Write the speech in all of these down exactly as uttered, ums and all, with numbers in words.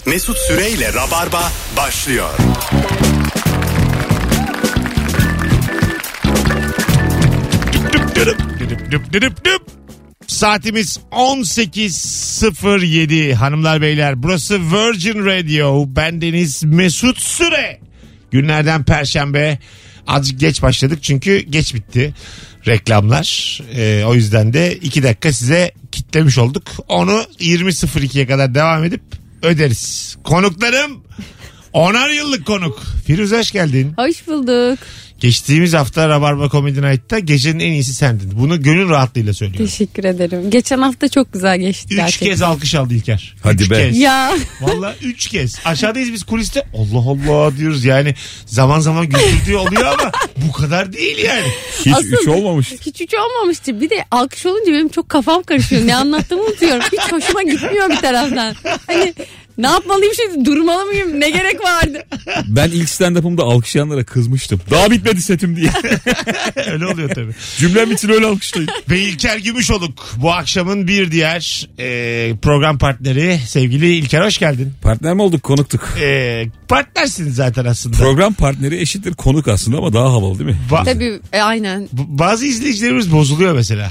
Mesut Süreyle Rabarba başlıyor. Düdüp düdüp düdüp düp. Saatimiz on sekiz sıfır yedi hanımlar beyler. Burası Virgin Radio. Bendeniz Mesut Süre. Günlerden Perşembe. Azıcık geç başladık çünkü geç bitti reklamlar. Ee, o yüzden de iki dakika size kitlemiş olduk. Onu yirmi sıfır ikiye kadar devam edip öderiz. Konuklarım onar yıllık konuk. Firuze hoş geldin. Hoş bulduk. Geçtiğimiz hafta Rabarba Comedy Night'ta gecenin en iyisi sendin. Bunu gönül rahatlığıyla söylüyorum. Teşekkür ederim. Geçen hafta çok güzel geçti Üç gerçekten. kez alkış aldı İlker. Hadi üç be. Kez. Ya. Vallahi üç kez. Aşağıdayız biz kuliste. Allah Allah diyoruz yani. Zaman zaman güldürdüğü oluyor ama bu kadar değil yani. Hiç Asıl- üç olmamış. Hiç üç olmamıştı. Bir de alkış olunca benim çok kafam karışıyor. Ne anlattığımı unutuyorum. Hiç hoşuma gitmiyor bir taraftan. Hani ne yapmalıyım şimdi? Durmalı mıyım? Ne gerek vardı? Ben ilk stand-up'ımda alkışlayanlara kızmıştım. Daha bitmedi setim diye. Öyle oluyor tabii. Cümlem için öyle alkışlayın. Ve İlker Gümüşoluk bu akşamın bir diğer e, program partneri. Sevgili İlker hoş geldin. Partner mi olduk, konuktuk? E, partnersiniz zaten aslında. Program partneri eşittir konuk aslında ama daha havalı değil mi? Ba- Tabii e, aynen. b- bazı izleyicilerimiz bozuluyor mesela.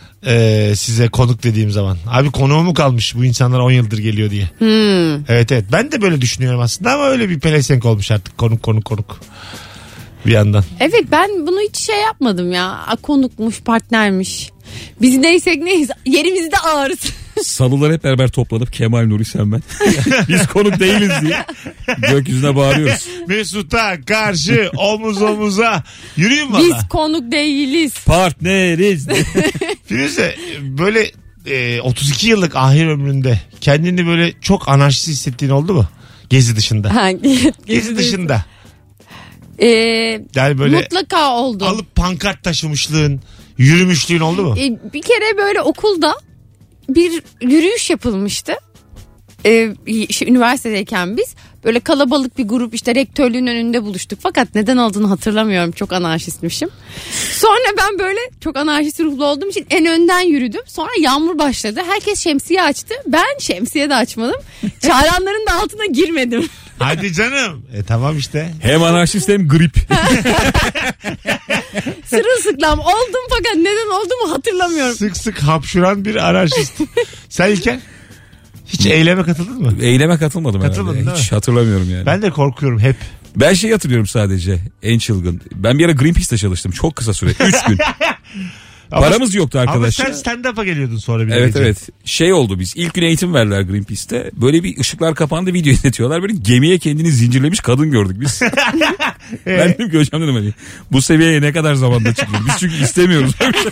E, size konuk dediğim zaman. Abi konuğu mu kalmış bu insanlar on yıldır geliyor diye. Hmm. Evet evet ben de böyle düşünüyorum aslında ama öyle bir pelesenk olmuş artık konuk konuk konuk. Bir yandan. Evet ben bunu hiç şey yapmadım ya. A, konukmuş, partnermiş. Biz neysek neyiz. Yerimizde ağırız. Salıları hep beraber toplanıp Kemal Nuri sen ben. Biz konuk değiliz diye gökyüzüne bağırıyoruz. Mesut'a karşı omuz omuza yürüyün valla. Biz konuk değiliz. Partneriz. Firuze böyle e, otuz iki yıllık ahir ömründe kendini böyle çok anarşist hissettiğin oldu mu? Gezi dışında. Ha, Gezi dışında. Ee, Yani böyle mutlaka oldu. alıp pankart taşımışlığın, yürümüşlüğün oldu mu? Ee, bir kere böyle okulda bir yürüyüş yapılmıştı. Ee, işte üniversitedeyken biz böyle kalabalık bir grup işte rektörlüğün önünde buluştuk. Fakat neden olduğunu hatırlamıyorum. Çok anarşistmişim. Sonra ben böyle çok anarşist ruhlu olduğum için en önden yürüdüm. Sonra yağmur başladı. Herkes şemsiye açtı. Ben şemsiye de açmadım. Çağıranların da altına girmedim. Hadi canım. E tamam işte. Hem anarşist hem grip. Sırılsıklam oldum fakat neden olduğumu hatırlamıyorum. Sık sık hapşuran bir anarşist. Sen İlker? Hiç eyleme katıldın mı? Eyleme katılmadım Katılmadın herhalde. değil Hiç mi? hatırlamıyorum yani. Ben, Ben de korkuyorum hep. ben şey hatırlıyorum sadece. En çılgın. Ben bir ara Greenpeace'te çalıştım. Çok kısa süre. Üç gün. Ama- Paramız yoktu arkadaşlar. Ama sen stand-up'a geliyordun sonra bir de Evet gece. evet. Şey oldu biz. İlk gün eğitim verdiler Greenpeace'te. Böyle bir ışıklar kapandı, video izletiyorlar. Böyle gemiye kendini zincirlemiş kadın gördük biz. Ben dedim ki hocam dedim hani bu seviyeye ne kadar zamanda çıkıyoruz? Biz çünkü istemiyoruz.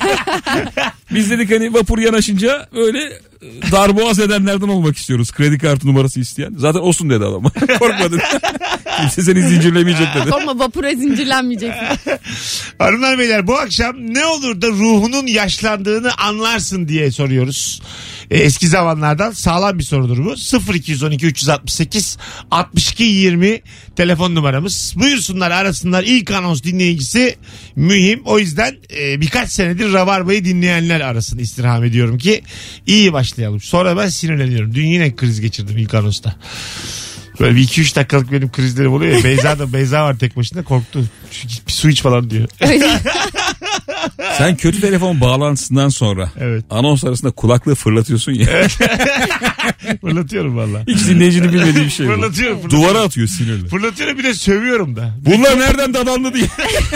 Biz dedik hani vapur yanaşınca böyle darboğaz edenlerden olmak istiyoruz. Kredi kartı numarası isteyen. Zaten olsun dedi adam. Korkma dedi. Kimse seni zincirlemeyecek dedi. Ama vapura zincirlenmeyeceksin. Hanımlar beyler bu akşam ne olur da ruhunun yaşlandığını anlarsın diye soruyoruz. E, eski zamanlardan sağlam bir sorudur bu. sıfır iki on iki üç altı sekiz altmış iki yirmi telefon numaramız. Buyursunlar arasınlar. İlk anons dinleyicisi mühim. O yüzden e, birkaç senedir Rabarba'yı dinleyenler arasın istirham ediyorum ki iyi başlayalım. Sonra ben sinirleniyorum. Dün yine kriz geçirdim ilk anonsta. Böyle bir iki üç dakikalık benim krizlerim oluyor ya. Beyza da Beyza var tek başına korktu. Bir su iç falan diyor. Sen kötü telefon bağlantısından sonra Evet. anons arasında kulaklığı fırlatıyorsun ya. Fırlatıyorum valla. Hiç dinleyicinin bilmediği bir şey bu. Fırlatıyorum, fırlatıyorum. Duvara atıyor sinirli. Fırlatıyorum bir de sövüyorum da. Bunlar nereden dadandı diye.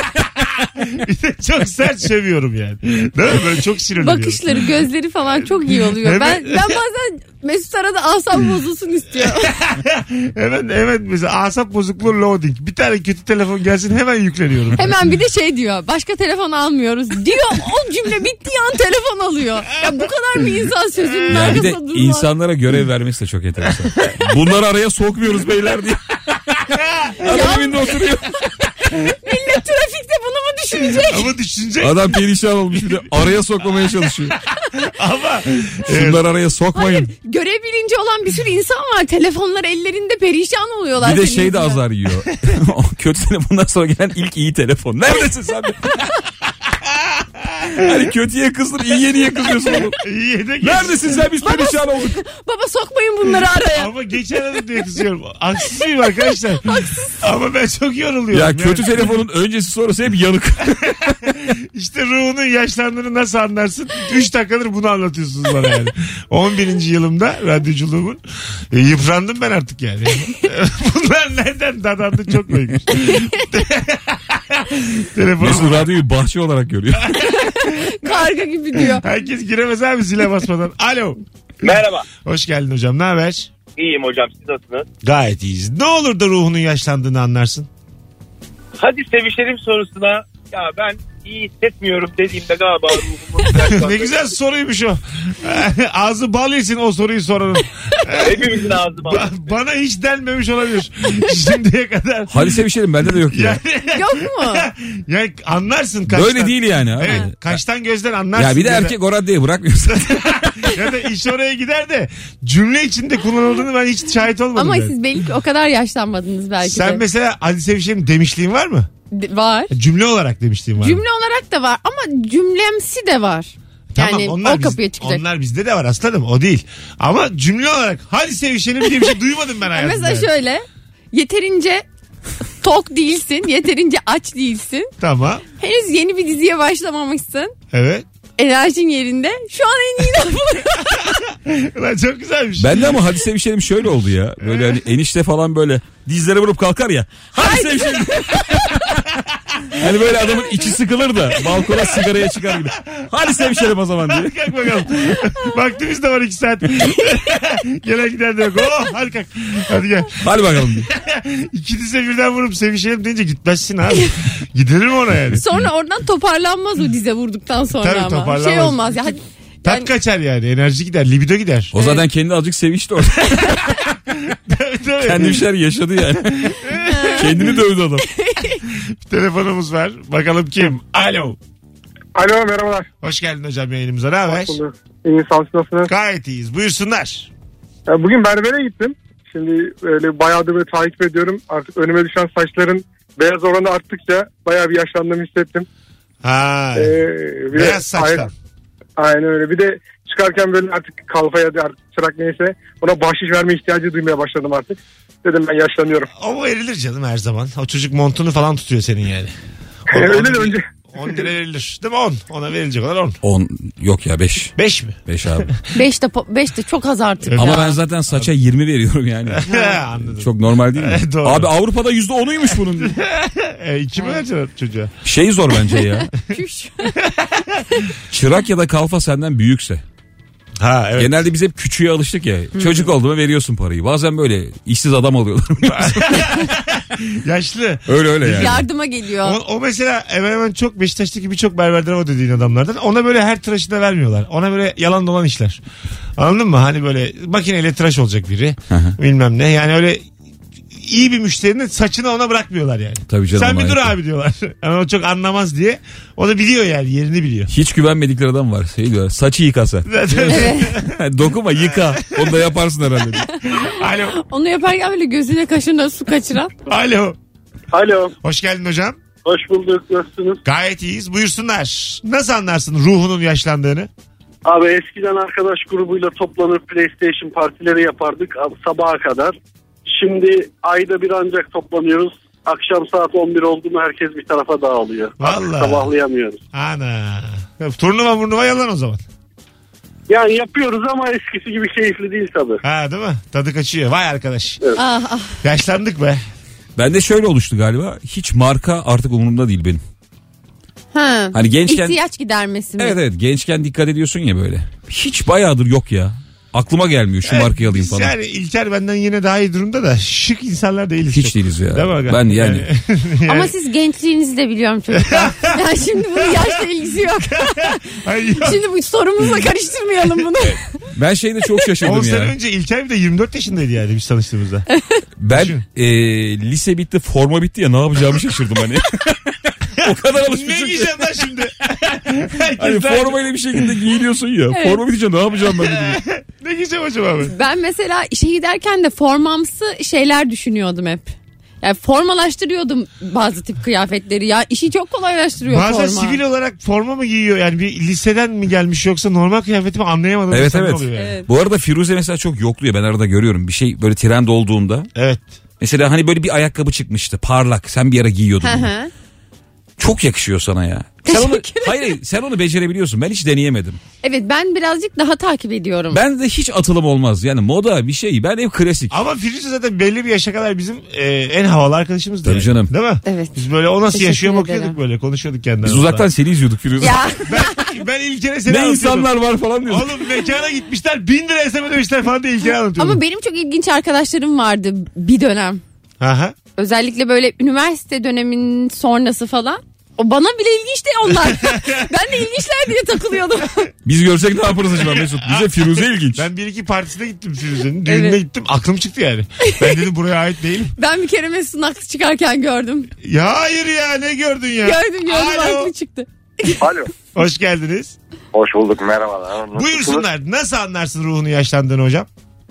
Bir de çok sert sövüyorum yani. Değil mi? Böyle çok sinirleniyorum. Bakışları, gözleri falan çok iyi oluyor. Evet. Ben ben bazen Mesut arada asam bozulsun istiyor. Hemen hemen mesela asap bozukluğu loading. Bir tane kötü telefon gelsin hemen yükleniyorum. Hemen bir de şey diyor. Başka telefon almıyoruz diyor. O cümle bittiği an telefon alıyor. Ya bu kadar bir insan sözünün Ya bir de arkasında durmaz. insanlara görev vermesi de çok enteresan. Bunları araya sokmuyoruz beyler diye. Adam evinde oturuyor. Millet trafikte bunu mu düşünecek? Ama düşünecek. Adam perişan olmuş bir de araya sokmamaya çalışıyor. Ama Şunları araya sokmayın. Hayır, görev bilinci olan bir sürü insan var. Telefonlar ellerinde perişan oluyorlar. Bir de senin şey de yüzünden. azar yiyor. O kötü telefondan sonra gelen ilk iyi telefon. Neredesin sen? Hani kötüye kızdır, iyiye niye kızıyorsun oğlum? İyi de geç. Neredesin sen, biz perişan olduk. Baba sokmayın bunları araya. Ama geçen adım diye kızıyorum. Haksız mıyım arkadaşlar? Haksız. Ama ben çok yoruluyorum. Ya kötü yani. Telefonun öncesi sonrası hep yanık. İşte ruhunun yaşlandığını nasıl anlarsın? Üç dakikadır bunu anlatıyorsunuz bana yani. on birinci yılımda radyoculuğumun. E, yıprandım ben artık yani. Bunlar nereden dadandı çok koymuş. Telefon. Mesut radyoyu bahçe olarak görüyor. Karga gibi diyor. Herkes giremez abi zile basmadan. Alo. Merhaba. Hoş geldin hocam. Ne haber? İyiyim hocam, siz nasılsınız? Gayet iyiyiz. Ne olur da ruhunun yaşlandığını anlarsın? Hadi sevişelim sorusuna ya ben iyi hissetmiyorum dediğimde galiba ruhumun yaşlandı. Ne güzel soruymuş o. Ağzı bal yesin o soruyu soranın. Hepimizin ağzı bal. Ba- bana hiç denmemiş olabilir. Şimdiye kadar. Hadi sevişelim, bende de yok ya. Yani, Yok mu? yani anlarsın kaçtan. Böyle değil yani. Abi. Evet, kaçtan gözden anlarsın. Ya bir de ya da- erkek o raddeye bırakmıyorsun. ya da iş oraya gider de cümle içinde kullanıldığını ben hiç şahit olmadım. Ama yani. siz belki o kadar yaşlanmadınız belki Sen de. mesela hadi sevişelim demişliğin var mı? De- var. Cümle olarak demişliğin var mı? Cümle olarak da var ama cümlemsi de var. Tamam, Yani onlar o kapıya biz- çıkacak. Onlar bizde de var aslanım o değil. Ama cümle olarak hadi sevişelim diye bir şey duymadım ben hayatımda. Mesela yani. şöyle yeterince tok değilsin, yeterince aç değilsin. Tamam. Henüz yeni bir diziye başlamamışsın. Evet. Enerjin yerinde. Şu an en iyi lafı. Ulan çok güzelmiş. Bende ama hadi sevişelim şöyle oldu ya. Böyle hani enişte falan böyle dizlere vurup kalkar ya. Hadi sevişelim. Hani böyle adamın içi sıkılır da balkona sigaraya çıkar gibi. Hadi sevişelim o zaman diye. Kalk bakalım. Vaktimiz de var iki saat. Gelen gider de yok. Oh, hadi kalk. Hadi gel. Hadi bakalım diye. İki dize birden vurup sevişelim deyince gitmezsin abi. Gidelim ona yani. Sonra oradan toparlanmaz o dize vurduktan sonra Tabii ama. toparlanmaz. Şey olmaz ya. Hadi, Tat yani, kaçar yani. Enerji gider. Libido gider. O zaten kendi azıcık sevişti orada. Tabii, tabii. Kendi bir şeyler yaşadı yani. Kendini dövdü adam. Telefonumuz var. Bakalım kim? Alo. Alo, merhabalar. Hoş geldin hocam yayınımıza. Ne haber? İyi, sağ olsun, nasılsınız? Gayet iyiyiz. Buyursunlar. Ya bugün berbere gittim. Şimdi öyle bayağıdır böyle takip ediyorum. Artık önüme düşen saçların beyaz oranı arttıkça bayağı bir yaşlandığımı hissettim. Ha. Ee, bir de- Beyaz saçtan. Aynen, aynen öyle. Bir de çıkarken böyle artık kalfaya da artık çırak neyse ona bahşiş verme ihtiyacı duymaya başladım artık. Dedim ben yaşlanıyorum. O verilir canım her zaman. O çocuk montunu falan tutuyor senin yani. O- Öyle onu de bir- önce. on lira verilir. Değil mi on? Ona verilecek olan on. On yok ya beş. beş mi? Beş abi. beş de, po- beş de çok az artık Evet. Ama ya. ben zaten saça yirmi veriyorum yani. Anladım. Çok normal değil mi? Evet, doğru. Abi Avrupa'da yüzde onuymuş bunun diye. E, iki mi vereceksin çocuğa? Şey zor bence ya. Küş. Çırak ya da kalfa senden büyükse. Ha evet. Genelde biz hep küçüğe alıştık ya. Çocuk oldu mu veriyorsun parayı. Bazen böyle işsiz adam alıyorlar. Yaşlı. öyle öyle yani. Yardıma geliyor. O, o mesela hemen hemen çok Beşiktaş'taki birçok berberden o dediğin adamlardan. Ona böyle her tıraşı da vermiyorlar. Ona böyle yalan dolan işler. Anladın mı? Hani böyle makineyle tıraş olacak biri. Bilmem ne. Yani öyle iyi bir müşterinin saçını ona bırakmıyorlar yani. Tabii canım, Sen bir dur ayıp. abi diyorlar. Yani o çok anlamaz diye. O da biliyor yani yerini biliyor. Hiç güvenmedikleri adam var. Şey diyor, saçı yıkasa. Dokunma yıka. Onu da yaparsın herhalde. diyor. Alo. Onu yaparken böyle gözüne kaşına su kaçıran. Alo. Alo, Hoş geldin hocam. hoş bulduk, nasılsınız? Gayet iyiyiz. Buyursunlar. Nasıl anlarsın ruhunun yaşlandığını? Abi eskiden arkadaş grubuyla toplanır PlayStation partileri yapardık abi, sabaha kadar. Şimdi ayda bir ancak toplanıyoruz. Akşam saat on bir oldu mu herkes bir tarafa dağılıyor. Artık Vallahi. sabahlayamıyoruz. Ana. Turnuva burnuva yalan o zaman. Yani yapıyoruz ama eskisi gibi keyifli değil tabii. Ha değil mi? Tadı kaçıyor. Vay arkadaş. Ah, ah. Yaşlandık be. Bende şöyle oluştu galiba. Hiç marka artık umurumda değil benim. Ha. Hani gençken... İhtiyaç gidermesi mi? Evet evet gençken dikkat ediyorsun ya böyle. Hiç bayağıdır yok ya. Aklıma gelmiyor şu markayı alayım Biz falan. Yani İlker benden yine daha iyi durumda da şık insanlar değiliz. Hiç çok. değiliz ya. Değil mi aga? Ben yani- yani- Ama siz gençliğinizi de biliyorum çocuklar. Yani şimdi bunun yaşla ilgisi yok. Ay ya. Şimdi bu sorumuzla karıştırmayalım bunu. Ben şeyde çok on şaşırdım sene ya. önce İlker bir de yirmi dört yaşındaydı yani biz tanıştığımızda. Ben Düşün. e, lise bitti forma bitti ya ne yapacağımı şaşırdım hani. O kadar Ne alışmışım ki. giyeceğim lan şimdi? Hani Herkes der- formayla bir şekilde giyiniyorsun ya. Evet. Forma bitince ne yapacağım ben dedim. Ne giyeceğim acaba ben? Ben mesela işe giderken de formamsı şeyler düşünüyordum hep. Yani formalaştırıyordum bazı tip kıyafetleri ya. İşi çok kolaylaştırıyor Bazen forma. sivil olarak forma mı giyiyor? Yani bir liseden mi gelmiş yoksa normal kıyafeti mi anlayamadım. Evet evet. Oluyor yani. Evet. Bu arada Firuze mesela çok yokluyor. Ben arada görüyorum. Bir şey böyle trend olduğunda. Evet. Mesela hani böyle bir ayakkabı çıkmıştı. Parlak. Sen bir ara giyiyordun. Hı bunu. hı. Çok yakışıyor sana ya. Sen onu, Teşekkür ederim. hayır sen onu becerebiliyorsun. Ben hiç deneyemedim. Evet ben birazcık daha takip ediyorum. Ben de hiç atılım olmaz. Yani moda bir şey. Ben hep klasik. Ama Firuze zaten belli bir yaşa kadar bizim e, en havalı arkadaşımızdı. Tabii yani. canım. Değil mi? Evet. Biz böyle o nasıl Teşekkür yaşıyor ederim. bakıyorduk böyle konuşuyorduk kendimizle. Biz uzaktan seni izliyorduk Firuze. Ya Ben, ben İlker'e seni ne anlatıyordum. insanlar var falan diyorduk. Oğlum mekana gitmişler bin lira esem ödemişler falan diye İlker'e anlatıyordum. ama benim çok ilginç arkadaşlarım vardı bir dönem. Aha. Özellikle böyle üniversite döneminin sonrası falan. O bana bile ilginçti onlar. Ben de ilginçler diye takılıyordum. Biz görsek ne yaparız acaba Mesut? Bize Firuze ilginç. Ben bir iki partisine gittim Firuze'nin. Düğününe Evet. gittim. Aklım çıktı yani. Ben dedim buraya ait değilim. Ben bir kere Mesut'un aklı çıkarken gördüm. Ya hayır ya ne gördün ya? Gördüm gördüm Alo. aklı çıktı. Alo. Hoş geldiniz. Hoş bulduk, merhabalar. Nasılsınız? Buyursunlar. Nasıl anlarsın ruhunu yaşlandığını hocam?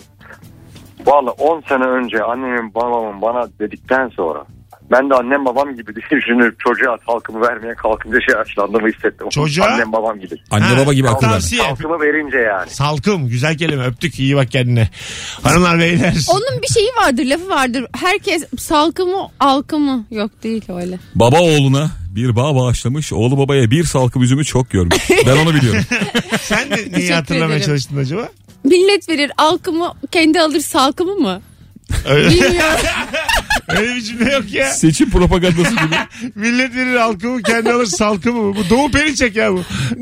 Valla on sene önce annemin babamın bana dedikten sonra ben de annem babam gibi düşünüp çocuğa salkımı vermeye kalkınca şey yaşlandığımı hissettim. Çocuğa? Annem babam gibi. Anne Ha, baba gibi akıl verme. tavsiye. Salkımı verince yani. Salkım. Güzel kelime. Öptük. İyi bak kendine. Hanımlar beyler. Onun bir şeyi vardır lafı vardır. Herkes salkı mı alkı mı? Yok değil öyle. Baba oğluna bir bağ bağışlamış. Oğlu babaya bir salkım üzümü çok görmüş. Ben onu biliyorum. Sen de neyi Teşekkür hatırlamaya ederim. çalıştın acaba? Millet verir alkı mı kendi alır salkımı mı? Öyle, Bilmiyorum. öyle bir cümle yok ya. Seçim propagandası gibi. Millet verir halkımı kendi alır salkımı. Bu Doğu Perinçek ya bu.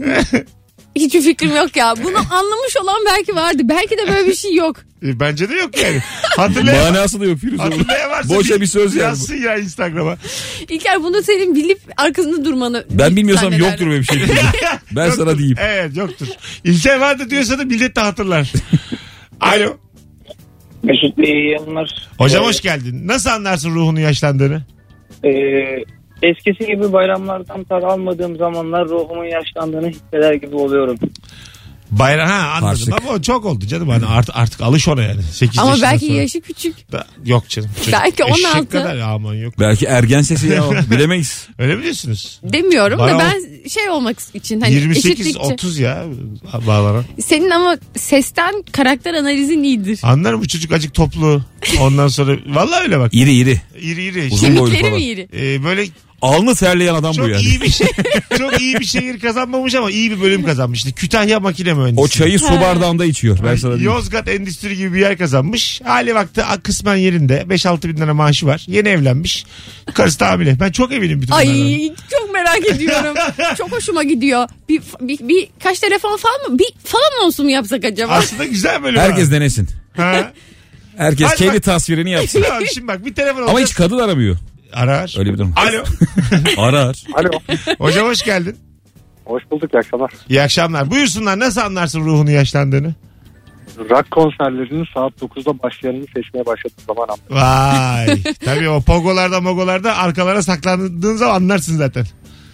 Hiçbir fikrim yok ya. Bunu anlamış olan belki vardı. Belki de böyle bir şey yok. E, bence de yok yani. Hatırlayan, Manası da yok Firuze. hatırlayan varsa Boşa bir söz yani bu. yazsın ya Instagram'a. İlker bunu senin bilip arkasında durmanı. Ben bilmiyorsam zannederdim. yoktur böyle bir şey. Ben Yoktur. sana diyeyim. Evet yoktur. İlker vardı diyorsa da millet de hatırlar. Alo. Mesut Bey iyi yayınlar. Hocam Ee, hoş geldin. Nasıl anlarsın ruhunu yaşlandığını? e, eskisi gibi bayramlardan tad almadığım zamanlar ruhumun yaşlandığını hisseder gibi oluyorum. Bayram ha anladım Harçlık. ama o çok oldu canım. Hani artık, artık alış ona yani. sekiz Ama yaşından belki sonra. yaşı küçük. Da- yok canım. Çocuk. Belki on Eşek altı. kadar aman yok. Belki ergen sesi ya o. Bilemeyiz. Öyle mi diyorsunuz? Demiyorum Bana da o- ben şey olmak için hani yirmi sekiz eşitlikçi. otuz ya bağlanan. Senin ama sesten karakter analizin iyidir. Anlarım bu çocuk acık toplu. Ondan sonra vallahi öyle bak. İri iri. İri iri. Uzun boylu Kemikleri falan. mi iri? Ee, böyle Alnı terleyen adam bu çok yani. iyi bir şey. Çok iyi bir şehir kazanmamış ama iyi bir bölüm kazanmış. İşte Kütahya makine mühendisi. O çayı su bardağında içiyor. Ben sana diyeyim. Yozgat Endüstri gibi bir yer kazanmış. Hali vakti kısmen yerinde. beş altı bin lira maaşı var. Yeni evlenmiş. Karısı da hamile. Ben çok eminim bütün bunlardan. Ay çok merak ediyorum. Çok hoşuma gidiyor. Bir, bir, bir kaç telefon falan mı? Bir falan olsun mu yapsak acaba? Aslında güzel bölüm. Herkes ha. denesin. Ha. Herkes Hadi kendi bak. tasvirini yapsın. Tamam şimdi bak bir telefon Ama alacağız. hiç kadın aramıyor. Arar. Öyle bir durum. Alo. Arar. Alo. Hocam hoş geldin. Hoş bulduk, iyi akşamlar. İyi akşamlar. Buyursunlar nasıl anlarsın ruhunu yaşlandığını? Rock konserlerinin saat dokuzda başlayanını seçmeye başladığım zaman anladım. Vay. Tabii o pogolarda mogolarda arkalara saklandığın zaman anlarsın zaten.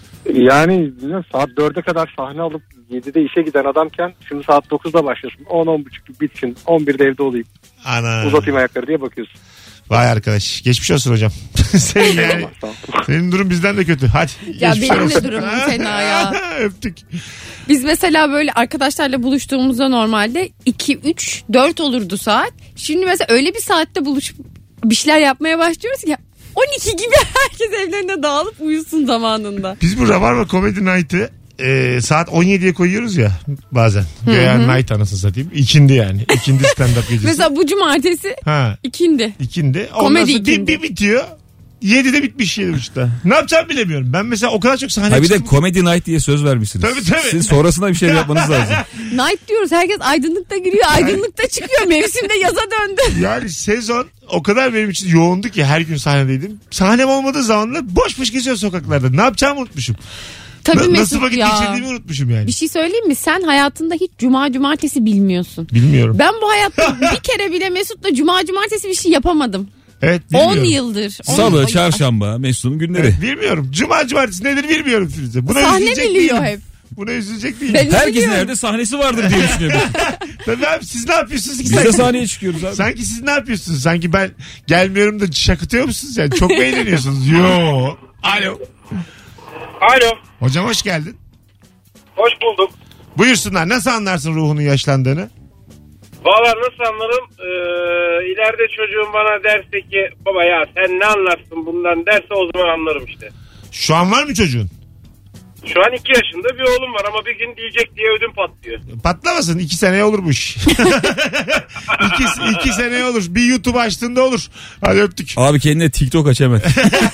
Yani bilmiyorum, saat dörde kadar sahne alıp yedide işe giden adamken şimdi saat dokuzda başlasın. on on buçuk bitsin. on birde evde olayım. Ana. Uzatayım ayakları diye bakıyorsun. Vay arkadaş. Geçmiş olsun hocam. Senin, yani, Eyvallah, sağ ol. senin durum bizden de kötü. Hadi. Ya geçmiş benim de olsun. durumum fena ya. Öptük. Biz mesela böyle arkadaşlarla buluştuğumuzda normalde iki, üç, dört olurdu saat. Şimdi mesela öyle bir saatte buluşup bir şeyler yapmaya başlıyoruz ki on iki gibi herkes evlerine dağılıp uyusun zamanında. Biz bu Rabarba Comedy Night'ı e, saat on yediye koyuyoruz ya bazen. Göğen Night anasını satayım. İkindi yani. İkindi stand-up gecesi. Mesela bu cumartesi Ha, ikindi. ikindi. Ondan Komedi sonra bir, ikindi. bir bitiyor. yedide bitmiş yedi buçukta. Ne yapacağımı bilemiyorum. Ben mesela o kadar çok sahne Ha bir de çıktım. Comedy Night diye söz vermişsiniz. Tabii, tabii. Siz sonrasında bir şey yapmanız lazım. Night diyoruz herkes aydınlıkta giriyor aydınlıkta çıkıyor mevsimde yaza döndü. Yani sezon o kadar benim için yoğundu ki her gün sahnedeydim. Sahnem olmadığı zamanlar boş boş geziyor sokaklarda. Ne yapacağımı unutmuşum. Tabii Na- Mesut nasıl vakit ya. geçirdiğimi unutmuşum yani. Bir şey söyleyeyim mi? Sen hayatında hiç cuma cumartesi bilmiyorsun. Bilmiyorum. Ben bu hayatta bir kere bile Mesut'la cuma cumartesi bir şey yapamadım. Evet bilmiyorum. on yıldır. on Salı, yıl- çarşamba, Mesut'un günleri. Evet, bilmiyorum. Cuma cumartesi nedir bilmiyorum Firuze. Buna Sahne üzülecek biliyor değilim. hep. Buna üzülecek değil. Ben Herkesin üzülüyorum. evde sahnesi vardır diye düşünüyorum. Tabii abi siz ne yapıyorsunuz ki? Biz de sanki? sahneye çıkıyoruz abi. Sanki siz ne yapıyorsunuz? Sanki ben gelmiyorum da şakıtıyor musunuz yani? Çok mu eğleniyorsunuz? Yo. Alo. Alo. Hocam hoş geldin. Hoş bulduk. Buyursunlar. Nasıl anlarsın ruhunun yaşlandığını? Valla nasıl anlarım? Ee, ileride çocuğum bana derse ki baba ya sen ne anlarsın bundan derse o zaman anlarım işte. Şu an var mı çocuğun? Şu an iki yaşında bir oğlum var ama bir gün diyecek diye ödüm patlıyor. Patlamasın. iki seneye olur bu iş. iki, iki seneye olur. Bir YouTube açtığında olur. Hadi öptük. Abi kendine TikTok aç hemen.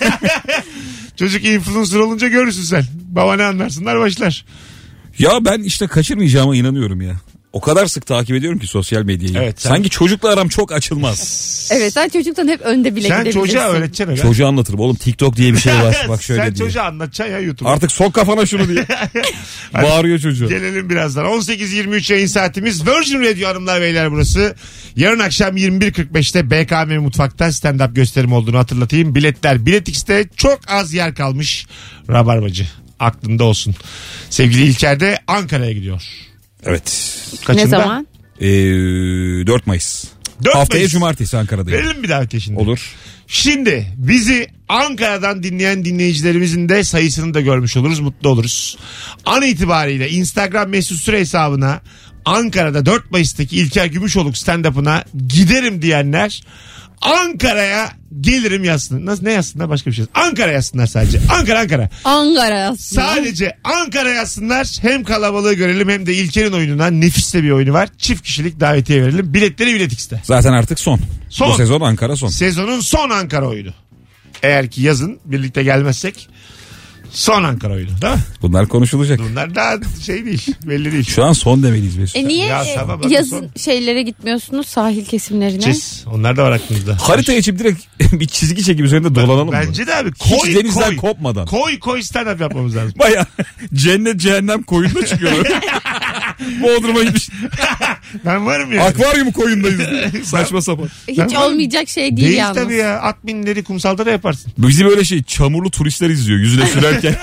Çocuk influencer olunca görürsün sen. Baba ne anlarsınlar başlar. Ya ben işte kaçırmayacağıma inanıyorum ya. O kadar sık takip ediyorum ki sosyal medyayı. Evet, sen- Sanki çocukla aram çok açılmaz. Evet sen çocuktan hep önde bile Sen gidebilirsin. çocuğa öğreteceksin öyle. Çocuğa anlatırım. Oğlum TikTok diye bir şey var. Bak şöyle Sen diye. çocuğa anlatacaksın ya YouTube'a. Artık sok kafana şunu diye. Bağırıyor çocuğu. Gelelim birazdan. on sekiz yirmi üç yayın saatimiz. Virgin Radio hanımlar beyler burası. Yarın akşam yirmi bir kırk beşte B K M Mutfak'ta stand-up gösterim olduğunu hatırlatayım. Biletler Bilet X'te çok az yer kalmış. Rabarbacı aklında olsun. Sevgili İlker de Ankara'ya gidiyor. Evet. Kaçında? Ne zaman? Ee, dört Mayıs. dört Haftaya Mayıs. cumartesi Ankara'dayım. Verelim bir davetiye şimdi. Olur. Şimdi bizi Ankara'dan dinleyen dinleyicilerimizin de sayısını da görmüş oluruz. Mutlu oluruz. An itibariyle Instagram mesut süre hesabına Ankara'da dört Mayıs'taki İlker Gümüşoluk stand-up'ına giderim diyenler Ankara'ya gelirim yazsın. Nasıl, ne yazsınlar başka bir şey? Ankara yazsınlar sadece. Ankara Ankara. Ankara aslında. Sadece Ankara yazsınlar. Hem kalabalığı görelim hem de İlker'in oyunundan nefis de bir oyunu var. Çift kişilik davetiye verelim. Biletleri Bilet X'te. Zaten artık son. Son. Bu sezon Ankara son. Sezonun son Ankara oyunu. Eğer ki yazın birlikte gelmezsek son Ankara oyunu değil mi? Bunlar konuşulacak. Bunlar daha şey değil, belli değil. Şu an son demeliyiz Mesut. E niye Ya e, tamam, bakın yazın son. şeylere gitmiyorsunuz sahil kesimlerine? Çiz. Onlar da var aklınızda. Harita geçip direkt bir çizgi çekip üzerinde dolanalım mı? Bence de abi Hiç koy denizden koy. kopmadan. Koy koy stand-up yapmamız lazım. Baya cennet cehennem koyunda çıkıyor. Bodrum'a gitmiş. Ben varım ya. Akvaryum koyundayız. Saçma sapan. Hiç Ben varım. olmayacak şey değil, Değil yalnız. tabii ya. At binleri kumsalda da yaparsın. Bizi böyle şey çamurlu turistler izliyor yüzüne sürerken.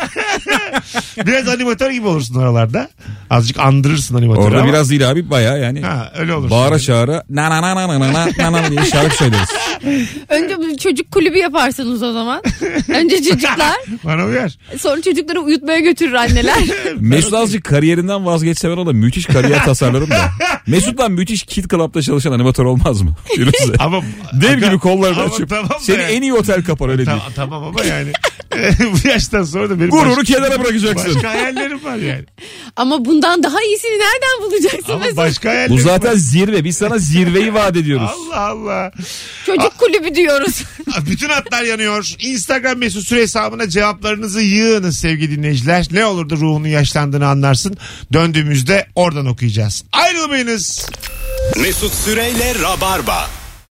Biraz animatör gibi olursun oralarda. Azıcık andırırsın animatörü Orada ama. biraz değil abi baya yani. Ha, öyle olursun. Bağıra çağıra na na na na na na na na diye şarkı söyleriz. Önce bir çocuk kulübü yaparsınız o zaman. Önce çocuklar, Bana uyar. sonra çocukları uyutmaya götürür anneler. Mesut azıcık kariyerinden vazgeçse ben ona müthiş kariyer tasarlarım da. Mesut'la müthiş Kid Club'da çalışan animatör olmaz mı? Firuze. Ama Dev Aga- gibi kollarını ama açıp tamam da seni yani. en iyi otel kapar öyle Ta- değil. tamam ama yani bu yaştan sonra da benim Gururu başka, kenara bırakacaksın. başka hayallerim var yani. Ama bundan daha iyisini nereden bulacaksın Ama mesela? başka hayallerim Bu zaten var. zirve. Biz sana zirveyi vaat ediyoruz. Allah Allah. Çocuk kulübü diyoruz. Bütün hatlar yanıyor. Instagram mesut süre hesabına cevaplarınızı yığınız sevgili dinleyiciler. Ne olur da ruhunun yaşlandığını anlarsın. Döndüğümüzde oradan okuyacağız. Ayrılmayınız. Mesut Süreyle Rabarba.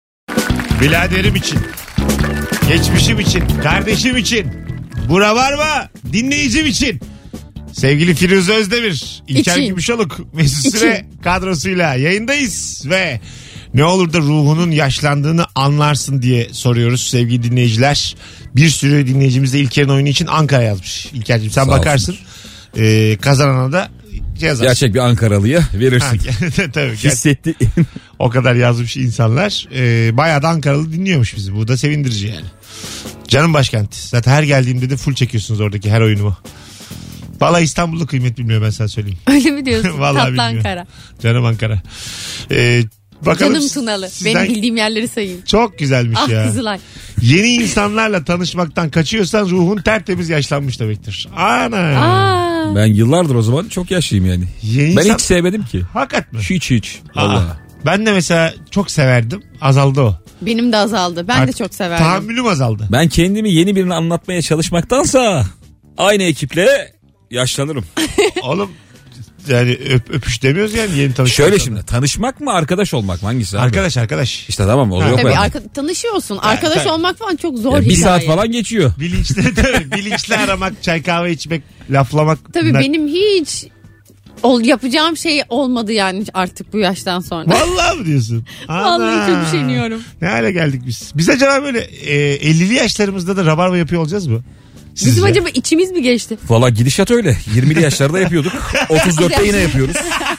Biraderim için, geçmişim için, kardeşim için, bura var mı? Dinleyicim için. Sevgili Firuze Özdemir, İlker İçin. Gümüşoluk, Mesut İçin. Süre kadrosuyla yayındayız ve ne olur da ruhunun yaşlandığını anlarsın diye soruyoruz sevgili dinleyiciler. Bir sürü dinleyicimiz de İlker'in oyunu için Ankara yazmış. İlker'cim sen Sağ bakarsın. Ee, kazanana da yazarsın. Gerçek bir Ankaralı'ya Ha, verirsin. tabii. Hissetti. O kadar yazmış insanlar. Ee, bayağı da Ankaralı dinliyormuş bizi. Bu da sevindirici yani. Canım başkenti. Zaten her geldiğimde de full çekiyorsunuz oradaki her oyunumu. Valla İstanbul'da kıymet bilmiyor ben sana söyleyeyim. Öyle mi diyorsun? Vallahi Tatlı bilmiyorum. Ankara. Canım Ankara. Ee, bakalım Canım Tunalı. sizden- Benim bildiğim yerleri sayayım. Çok güzelmiş Ah ya. Kızılay. Yeni insanlarla tanışmaktan kaçıyorsan ruhun tertemiz yaşlanmış demektir. Ana. Aa, Ben yıllardır o zaman çok yaşlıyım yani. Yeni Ben insan... hiç sevmedim ki. Hakikat mi? Hiç hiç. Aa, Vallahi. ben de mesela çok severdim. Azaldı o. benim de azaldı. Ben Artık de çok severdim. Tahammülüm azaldı. Ben kendimi yeni birini anlatmaya çalışmaktansa aynı ekiple yaşlanırım. Oğlum yani öp, öpüş demiyoruz yani yeni tanışmak. Şöyle şimdi tanışmak mı arkadaş olmak mı hangisi abi? Arkadaş arkadaş. İşte tamam o Ha, yok Tabii bende. arka, tanışıyorsun. Arkadaş tabii. olmak falan çok zor Ya bir hikaye. saat falan geçiyor. Bilinçli, tabii, bilinçli aramak, çay kahve içmek, laflamak. Tabii bunlar- benim hiç ol, yapacağım şey olmadı yani artık bu yaştan sonra. Vallahi mı diyorsun? Vallahi Ana. çok üşeniyorum. Ne hale geldik biz. Biz acaba böyle e, ellili yaşlarımızda da rabarba yapıyor olacağız mı? Sizce? Bizim acaba içimiz mi geçti? Valla gidişat öyle. yirmili yaşlarda yapıyorduk. otuz dörtte yine yapıyoruz.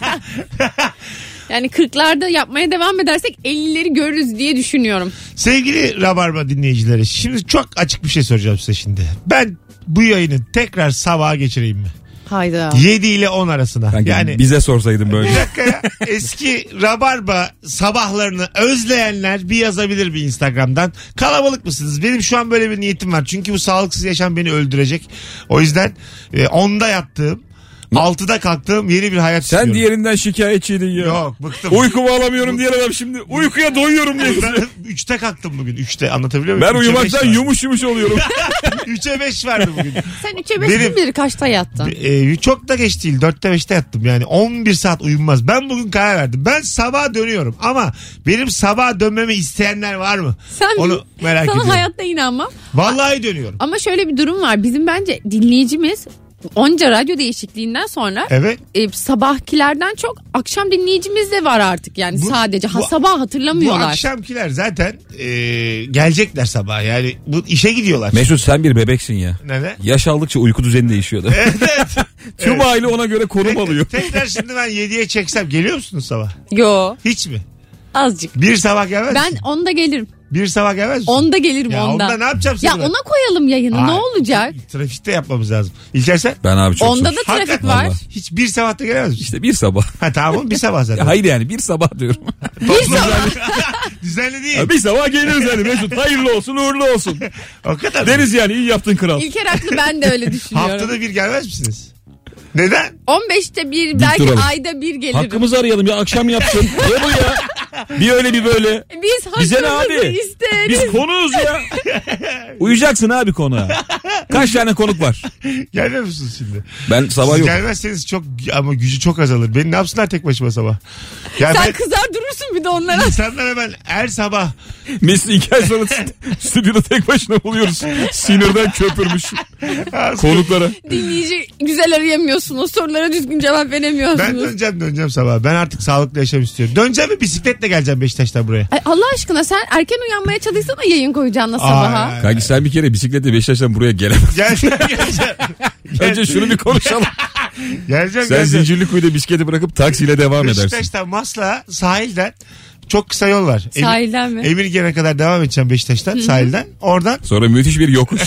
Yani kırklarda yapmaya devam edersek ellileri görürüz diye düşünüyorum. Sevgili Rabarba dinleyicileri, şimdi çok açık bir şey soracağım size şimdi. Ben bu yayını tekrar sabaha geçireyim mi? Hayda. yedi ile on arasına. Kanka, yani bize sorsaydın böyle. bir dakika ya. Eski Rabarba sabahlarını özleyenler bir yazabilir bir Instagram'dan. Kalabalık mısınız? Benim şu an böyle bir niyetim var. Çünkü bu sağlıksız yaşam beni öldürecek. O yüzden e, onda yattığım, altıda kalktığım yeni bir hayat Sen istiyorum. diğerinden şikayetçiydin ya. Yok, bıktım. Uykumu alamıyorum diyen adam şimdi uykuya doyuyorum diye. Ben üçte kalktım bugün. Üçte, anlatabiliyor muyum? Ben Üçe beş uyumaktan var. yumuş yumuş oluyorum. Üçe beş verdi bugün. Sen üçe beş Benim- kim bilir kaçta yattın? Ee, çok da geç değil. Dörtte beşte yattım. Yani on bir saat uyunmaz. Ben bugün karar verdim. Ben sabaha dönüyorum. Ama benim sabaha dönmemi isteyenler var mı? Sen Onu merak sana ediyorum. hayatta inanmam. Vallahi dönüyorum. Ama şöyle bir durum var. Bizim bence dinleyicimiz onca radyo değişikliğinden sonra Evet. e, sabahkilerden çok akşam dinleyicimiz de var artık. Yani Bu- sadece ha, bu- sabah Bu hatırlamıyorlar. akşamkiler zaten e, gelecekler sabah. Yani bu işe gidiyorlar. Mesut sen bir bebeksin ya. Neden? Yaş aldıkça uyku düzeni değişiyordu. Evet, evet. Tüm Evet. aile ona göre konum alıyor. Tekrar şimdi ben yediye çeksem geliyor musunuz sabah? Yo, Hiç mi? azıcık. Bir sabah gelmez Ben misin? onda gelirim. Bir sabah gelmez misin? Onda gelirim Ya onda. onda ne yapacağım seni Ya ben? ona koyalım yayını, ne Ay, olacak? Trafikte yapmamız lazım. İlker sen? Ben abi çok Onda zor. da trafik Hakikaten var. vallahi. Hiç bir sabahta gelemez misin? İşte bir sabah. Ha tamam, bir sabah zaten. Ya hayır yani bir sabah diyorum. Bir sabah. Düzenli değil. Ya bir sabah geliriz yani Mesut. Hayırlı olsun uğurlu olsun. O kadar mı? Deriz yani iyi yaptın kral. İlker haklı, ben de öyle düşünüyorum. Haftada bir gelmez misiniz? Neden? on beşte bir, belki duralım. ayda bir gelirim. Hakkımızı arayalım ya akşam yapsın. Ne bu ya? Bir öyle bir böyle. Biz Bize ne hakkımızı abi? isteriz. Biz konuğuz ya. Uyuyacaksın abi konuğa. Kaç tane konuk var? Gelmiyor musunuz şimdi? Ben sabah Siz yok. gelmezseniz çok ama gücü çok azalır. Beni ne yapsınlar tek başıma sabah? Ya Sen ben kızar durursun bir de onlara. insanlara ben her sabah Mesut iki ay sonra stüdyoda tek başına buluyoruz. Sinirden köpürmüş konuklara. Dinleyici güzel arayamıyorsunuz. Sorulara düzgün cevap ben veremiyorsunuz. döneceğim döneceğim sabah. Ben artık sağlıklı yaşam istiyorum. Döneceğim ve bisikletle geleceğim Beşiktaş'tan buraya. Ay Allah aşkına sen erken uyanmaya çalışsana yayın koyacağına sabaha. Ay. Kanki sen bir kere bisikletle Beşiktaş'tan buraya gelemezsin. Geleceğim geleceğim. Önce şunu bir konuşalım. Geleceğim Sen geleceğim. Zincirlikuyu'da bisikleti bırakıp taksiyle devam edersin. Beşiktaş'tan Maslak'a sahilden çok kısa yol var. Emir- Sahilden mi? Emirgan'a kadar devam edeceğim Beşiktaş'tan sahilden. Oradan Sonra müthiş bir yokuş.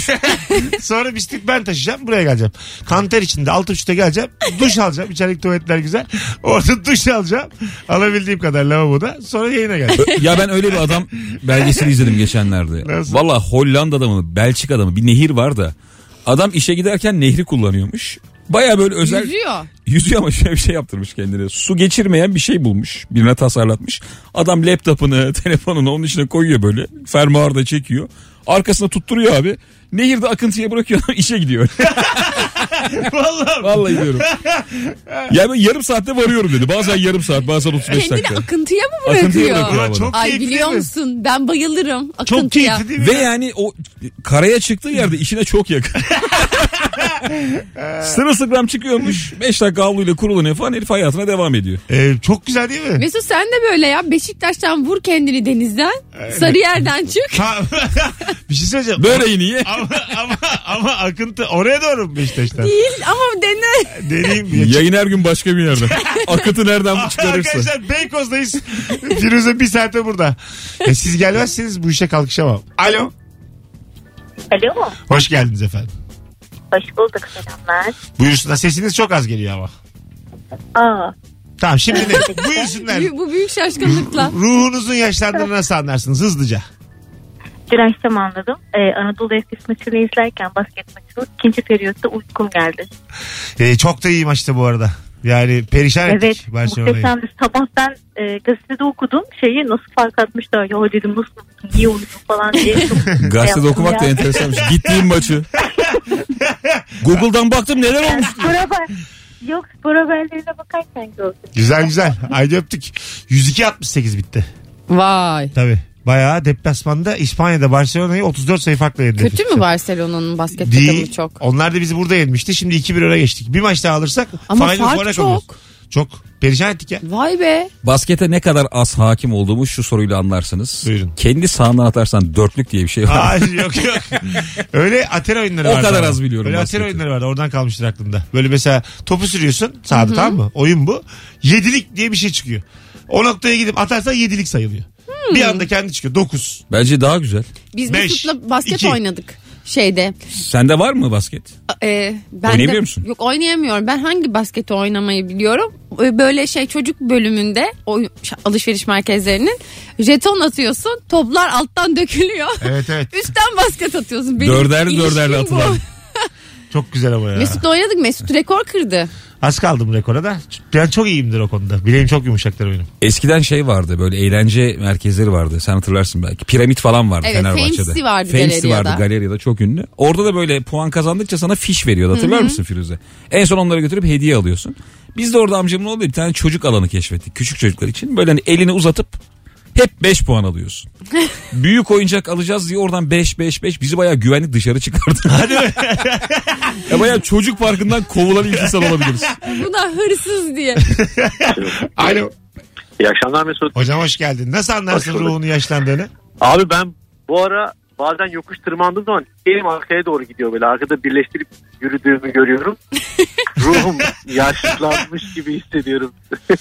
sonra bisiklet ben taşıyacağım. Buraya geleceğim. Kanter içinde altı buçukta geleceğim. Duş alacağım. İçerideki tuvaletler güzel. Orada duş alacağım. Alabildiğim kadar lavaboda. Sonra yayına geleceğim. Ya ben öyle bir adam belgeseli izledim geçenlerde. Nasıl? Valla Hollanda'da mı Belçika'da mı bir nehir var da adam işe giderken nehri kullanıyormuş. Baya böyle özel Yüzüyor. yüzüyor ama şöyle bir şey yaptırmış kendine. Su geçirmeyen bir şey bulmuş. Birine tasarlatmış. Adam laptopunu, telefonunu onun içine koyuyor böyle. Fermuarda çekiyor. Arkasına tutturuyor abi. Nehirde akıntıya bırakıyor. İşe gidiyor. Vallahi. Vallahi diyorum. Ya ben yarım saatte varıyorum dedi. Bazen yarım saat, bazen otuz beş Kendini dakika. akıntıya mı Akıntıya bırakıyor? bırakıyor. Ama çok Ay keyifli biliyor değil mi? musun? Ben bayılırım Çok akıntıya. keyifli değil mi? Ve yani o karaya çıktığı yerde işine çok yakın. Sırılsıklam çıkıyormuş. beş dakika havluyla kurulanıyor falan, herif hayatına devam ediyor. Ee, çok güzel değil mi? Mesut sen de böyle ya. Beşiktaş'tan vur kendini denizden. Sarıyer'den çık. Ha, bir şey söyleyeceğim. Böyle niye? Ama, ama, ama akıntı oraya doğru mu Beşiktaş'tan? Değil ama dene. Deneyim bir. Yayın her gün başka bir yerden. Akıtı nereden çıkarırsa. Arkadaşlar Beykoz'dayız. Firuze bir saate burada. E, siz gelmezseniz bu işe kalkışamam. Alo. Alo. Hoş geldiniz efendim. Hoş bulduk, selamlar. Buyursunlar. Sesiniz çok az geliyor ama. Aa, Tamam şimdi ne? Buyursunlar. Bu büyük şaşkınlıkla. Ruhunuzun yaşlandığını nasıl anlarsınız hızlıca? dün akşam anladım. Ee, Anadolu Efes maçını izlerken, basket maçını, ikinci periyotta uykum geldi. Ee, çok da iyi maçtı bu arada. Yani perişan Evet, ettik Barcelona'yı. muhteşemdi. Sabah ben e, gazetede okudum şeyi, nasıl fark atmışlar. Ya dedim nasıl, niye uyudum falan diye. Çok şey Gazetede yaptım okumak da ya. enteresanmış. Gittiğim maçı. Google'dan baktım neler Yani olmuş. spor haber, yok spor haberlerine bakarken gördüm. Güzel güzel. Haydi öptük. yüz iki altmış sekiz bitti. Vay. Tabii. Bayağı deplasmanda İspanya'da Barcelona'yı otuz dört sayı farkla yenildi. Kötü mü Barcelona'nın basket takımı Değil. çok? Onlar da bizi burada yenmişti. Şimdi iki bir öne geçtik. Bir maç daha alırsak Ama Final fark Four'a çok. kalıyoruz. Çok. Perişan ettik ya. Vay be. Baskete ne kadar az hakim olduğumu şu soruyla anlarsınız. Buyurun. Kendi sahana atarsan dörtlük diye bir şey var. Hayır yok yok. Öyle Atari oyunları O vardı. kadar ama. az biliyorum Öyle basketi. Atari oyunları vardı. Oradan kalmıştır aklımda. Böyle mesela topu sürüyorsun sahada, tamam mı? Oyun bu. Yedilik diye bir şey çıkıyor. O noktaya gidip atarsan yedilik sayılıyor. Bir anda kendi çıkıyor. Dokuz. Bence daha güzel. Biz Beş, Mesut'la basket iki. oynadık şeyde. Sende var mı basket? Ee, ben Oynayabiliyor de, musun? Yok oynayamıyorum. Ben hangi basketi oynamayı biliyorum? Ee, Böyle şey çocuk bölümünde o alışveriş merkezlerinin jeton atıyorsun. Toplar alttan dökülüyor. Evet evet. Üstten basket atıyorsun. Benim Dörderli ilişkim dörderli bu. atılan. Çok güzel ama ya. Mesut'la oynadık. Mesut rekor kırdı. Az kaldım rekora da. Ben çok iyiyimdir o konuda. Bileğim çok yumuşaktır benim. Eskiden şey vardı, böyle eğlence merkezleri vardı. Sen hatırlarsın belki. Piramit falan vardı Evet, Fenerbahçe'de. Fames'i vardı Fames'i Galeria'da. vardı Galeria'da, çok ünlü. Orada da böyle puan kazandıkça sana fiş veriyordu. Hatırlar mısın Firuze? En son onları götürüp hediye alıyorsun. Biz de orada amcamın olduğu bir tane çocuk alanı keşfettik. Küçük çocuklar için. Böyle hani elini uzatıp hep beş puan alıyorsun. Büyük oyuncak alacağız diye oradan beş beş beş bizi bayağı güvenlik dışarı çıkardı. Hadi be. Ya bayağı çocuk parkından kovulan ilk insan olabiliriz. Buna hırsız diye. Alo. İyi akşamlar Mesut. Hocam hoş geldin. Nasıl anlarsın Hoş bulduk. ruhunu yaşlandığını? Abi ben bu ara bazen yokuş tırmandığım zaman elim arkaya doğru gidiyor böyle. Arkada birleştirip yürüdüğümü görüyorum. Ruhum yaşlanmış gibi hissediyorum.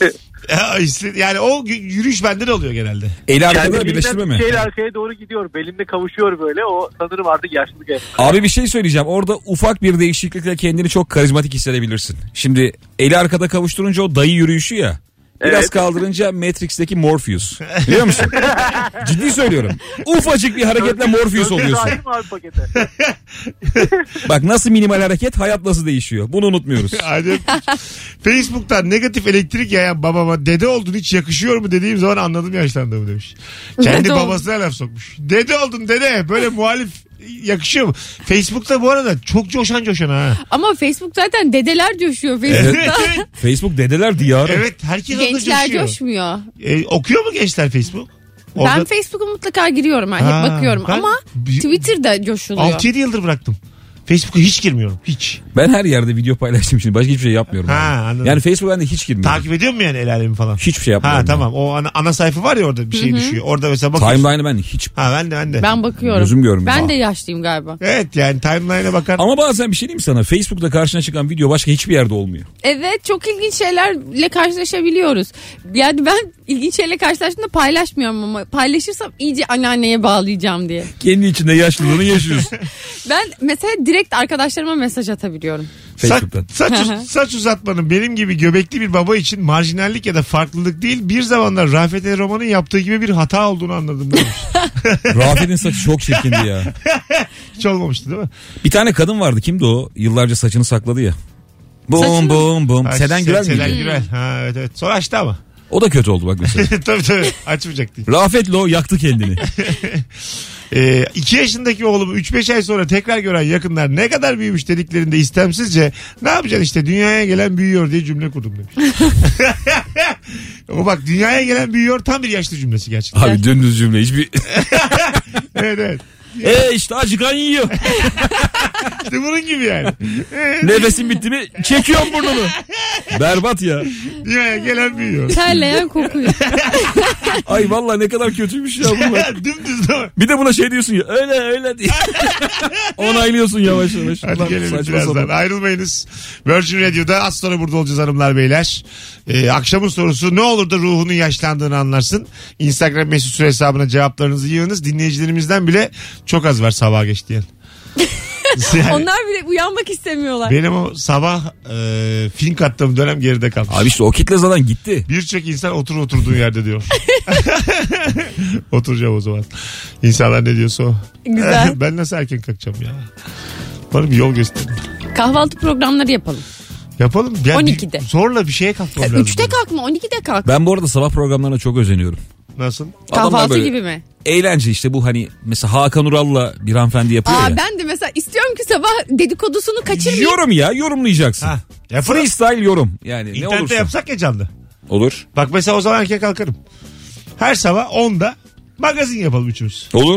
Yani o yürüyüş bende de oluyor genelde. Eli arkada Kendiliğinden birleştirme mi? bir şeyle arkaya doğru gidiyor. Belimde kavuşuyor böyle. O sanırım artık yaşlılık geldi. Abi bir şey söyleyeceğim. Orada ufak bir değişiklikle kendini çok karizmatik hissedebilirsin. Şimdi eli arkada kavuşturunca o dayı yürüyüşü ya. Biraz Evet. kaldırınca Matrix'teki Morpheus. Biliyor musun? Ciddi söylüyorum. Ufacık bir hareketle Morpheus oluyorsun. Dahil mi abi pakete? Bak nasıl minimal hareket, hayat nasıl değişiyor. Bunu unutmuyoruz. Hadi. Facebook'tan negatif elektrik yayan babama dede oldun hiç yakışıyor mu dediğim zaman anladım yaşlandığımı demiş. Kendi Dede oldun. babasına laf sokmuş. Dede oldun dede, böyle muhalif yakışıyor mu? Facebook'ta bu arada çok coşan coşan ha. Ama Facebook zaten dedeler coşuyor Facebook'ta. Facebook dedeler diyarı. Evet, herkes orada Gençler coşuyor. coşmuyor. E, okuyor mu gençler Facebook? Orada... Ben Facebook'a mutlaka giriyorum. ha, Ha, Hep bakıyorum ben ama bir- Twitter'da coşuluyor. altı yedi yıldır bıraktım. Facebook'a hiç girmiyorum. Hiç. Ben her yerde video paylaştım şimdi. Başka hiçbir şey yapmıyorum. Ha, yani. anladım. Yani Facebook bende hiç girmiyorum. Takip ediyor mu yani el alemi falan? Hiçbir şey yapmıyorum. Ha yani. tamam. O ana, ana sayfa var ya orada bir şey düşüyor. Orada mesela bakıyorsun. Timeline'ı ben hiç... Ha ben de ben de. Ben bakıyorum. Gözüm görmüyor. Ben Aa. de yaşlıyım galiba. Evet yani timeline'e bakar. Ama bazen bir şey diyeyim mi sana? Facebook'ta karşına çıkan video başka hiçbir yerde olmuyor. Evet, çok ilginç şeylerle karşılaşabiliyoruz. Yani ben ilginç şeylerle karşılaştığımda paylaşmıyorum ama paylaşırsam iyice anneanneye bağlayacağım diye. Kendi içinde yaşlılığını yaşıyorsun. Ben mesela direkt arkadaşlarıma mesaj atabiliyorum. Saç, Facebook'tan. saç, saç uzatmanın benim gibi göbekli bir baba için marjinallik ya da farklılık değil, bir zamanlar Rafet El Roman'ın yaptığı gibi bir hata olduğunu anladım demiş. Rafet'in saçı çok çirkindi ya. Hiç olmamıştı değil mi? Bir tane kadın vardı, kimdi o? Yıllarca saçını sakladı ya. Bum Saçını- bum bum. Ha, Seden Gürel miydi? Seden Gürel. Ha evet evet. Sonra açtı ama. O da kötü oldu bak mesela. tabii tabii açmayacak değil. Rafet'le o yaktı kendini. Ee, iki yaşındaki oğlumu üç beş ay sonra tekrar gören yakınlar ne kadar büyümüş dediklerinde istemsizce ne yapacaksın işte dünyaya gelen büyüyor diye cümle kurdum demiş. O bak, dünyaya gelen büyüyor tam bir yaşlı cümlesi gerçekten. Abi dümdüz cümle hiçbir... Evet evet. Eee işte acıkan yiyor. İşte bunun gibi yani. Nefesin bitti mi çekiyorum burnunu. Berbat ya. Dünyaya gelen büyüyor. Terleyen kokuyor. Ay vallahi ne kadar kötüymüş ya bunlar. Dümdüz değil mi? Bir de buna şey diyorsun ya, öyle öyle diye. Onaylıyorsun yavaş yavaş. Hadi Ulan gelelim saçma birazdan. sapan. Ayrılmayınız. Virgin Radio'da az sonra burada olacağız hanımlar beyler. Ee, akşamın sorusu ne olur da ruhunun yaşlandığını anlarsın. Instagram mesut süre hesabına cevaplarınızı yığınız. Dinleyicilerimizden bile çok az var sabah geç diyen. Yani Onlar bile uyanmak istemiyorlar. benim o sabah e, fink attığım dönem geride kalmış. Abi işte o kitle zaten gitti. Birçok insan otur oturduğun yerde diyor. Oturacağım o zaman. İnsanlar ne diyorsa o. Güzel. Ben nasıl erken kalkacağım ya? Bana bir yol gösterin. Kahvaltı programları yapalım. Yapalım. Ya on bir- ikide. zorla bir şeye kalkmam lazım. Üçte kalkma, on ikide kalk. Ben bu arada sabah programlarına çok özeniyorum. Nasıl? Adamlar Kahvaltı böyle gibi mi? Eğlence işte bu, hani mesela Hakan Ural'la bir hanımefendi yapıyor Aa, ya. ben de mesela istiyorum ki sabah dedikodusunu kaçırmayayım. Yorum ya, yorumlayacaksın. Ha. Yaparız. Freestyle yorum yani ne İnternette olursa. yapsak ya canlı. Olur. Bak mesela o zaman erken kalkarım. Her sabah onda magazin yapalım üçümüz. Olur.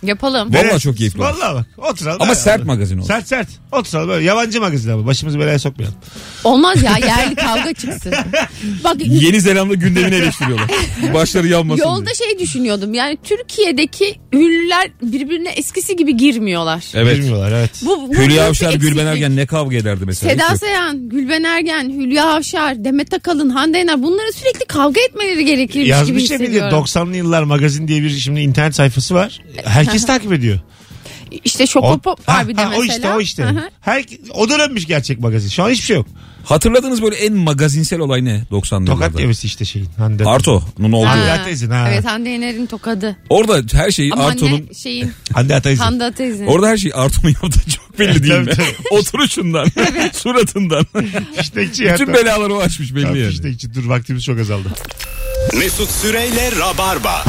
Yapalım. Vallahi Evet. çok keyifli olur. Vallahi bak oturalım. Ama beraber. sert magazin olsun. Sert sert. Oturalım böyle yabancı magazin ama başımızı belaya sokmayalım. Olmaz ya, yerli kavga çıksın. Bak Yeni Zelanda gündemini eleştiriyorlar. Başları yanmasın yolda diye. şey düşünüyordum. Yani Türkiye'deki ünlüler birbirine eskisi gibi girmiyorlar. Evet. Bilmiyorlar evet. Bu, bu Hülya büyük bir Avşar, Gülben eksiklik. Ergen ne kavga ederdi mesela. Seda Hiç yok. Sayan, Gülben Ergen, Hülya Avşar, Demet Akalın, Hande Yener, bunların sürekli kavga etmeleri gerekirmiş gibi Yazmış ya bir de hissediyorum. doksanlı yıllar magazin diye bir şimdi internet sayfası var. Herkes takip ediyor. İşte Şokopop var bir de ha, mesela. o işte o işte. Hı hı. Her, o dönemmiş gerçek magazin. Şu an hiçbir şey yok. Hatırladığınız böyle en magazinsel olay ne doksanlı Tokat yıllarda? yemesi işte şeyin. Hande. Arto'nun olduğu. Hande Ha. Atez'in ha. Evet, Hande Yener'in tokadı. Orada her şeyi Ama Arto'nun... anne şeyin Hande Atez'in. Hande Atez'in. Orada her şey Arto'nun yaptığı çok belli değil mi? Tabii, tabii. Oturuşundan, suratından. Fiştekçi Bütün ya. belaları o açmış belli Tamam, yani. fiştekçi. Dur vaktimiz çok azaldı. Mesut Süreyle Rabarba.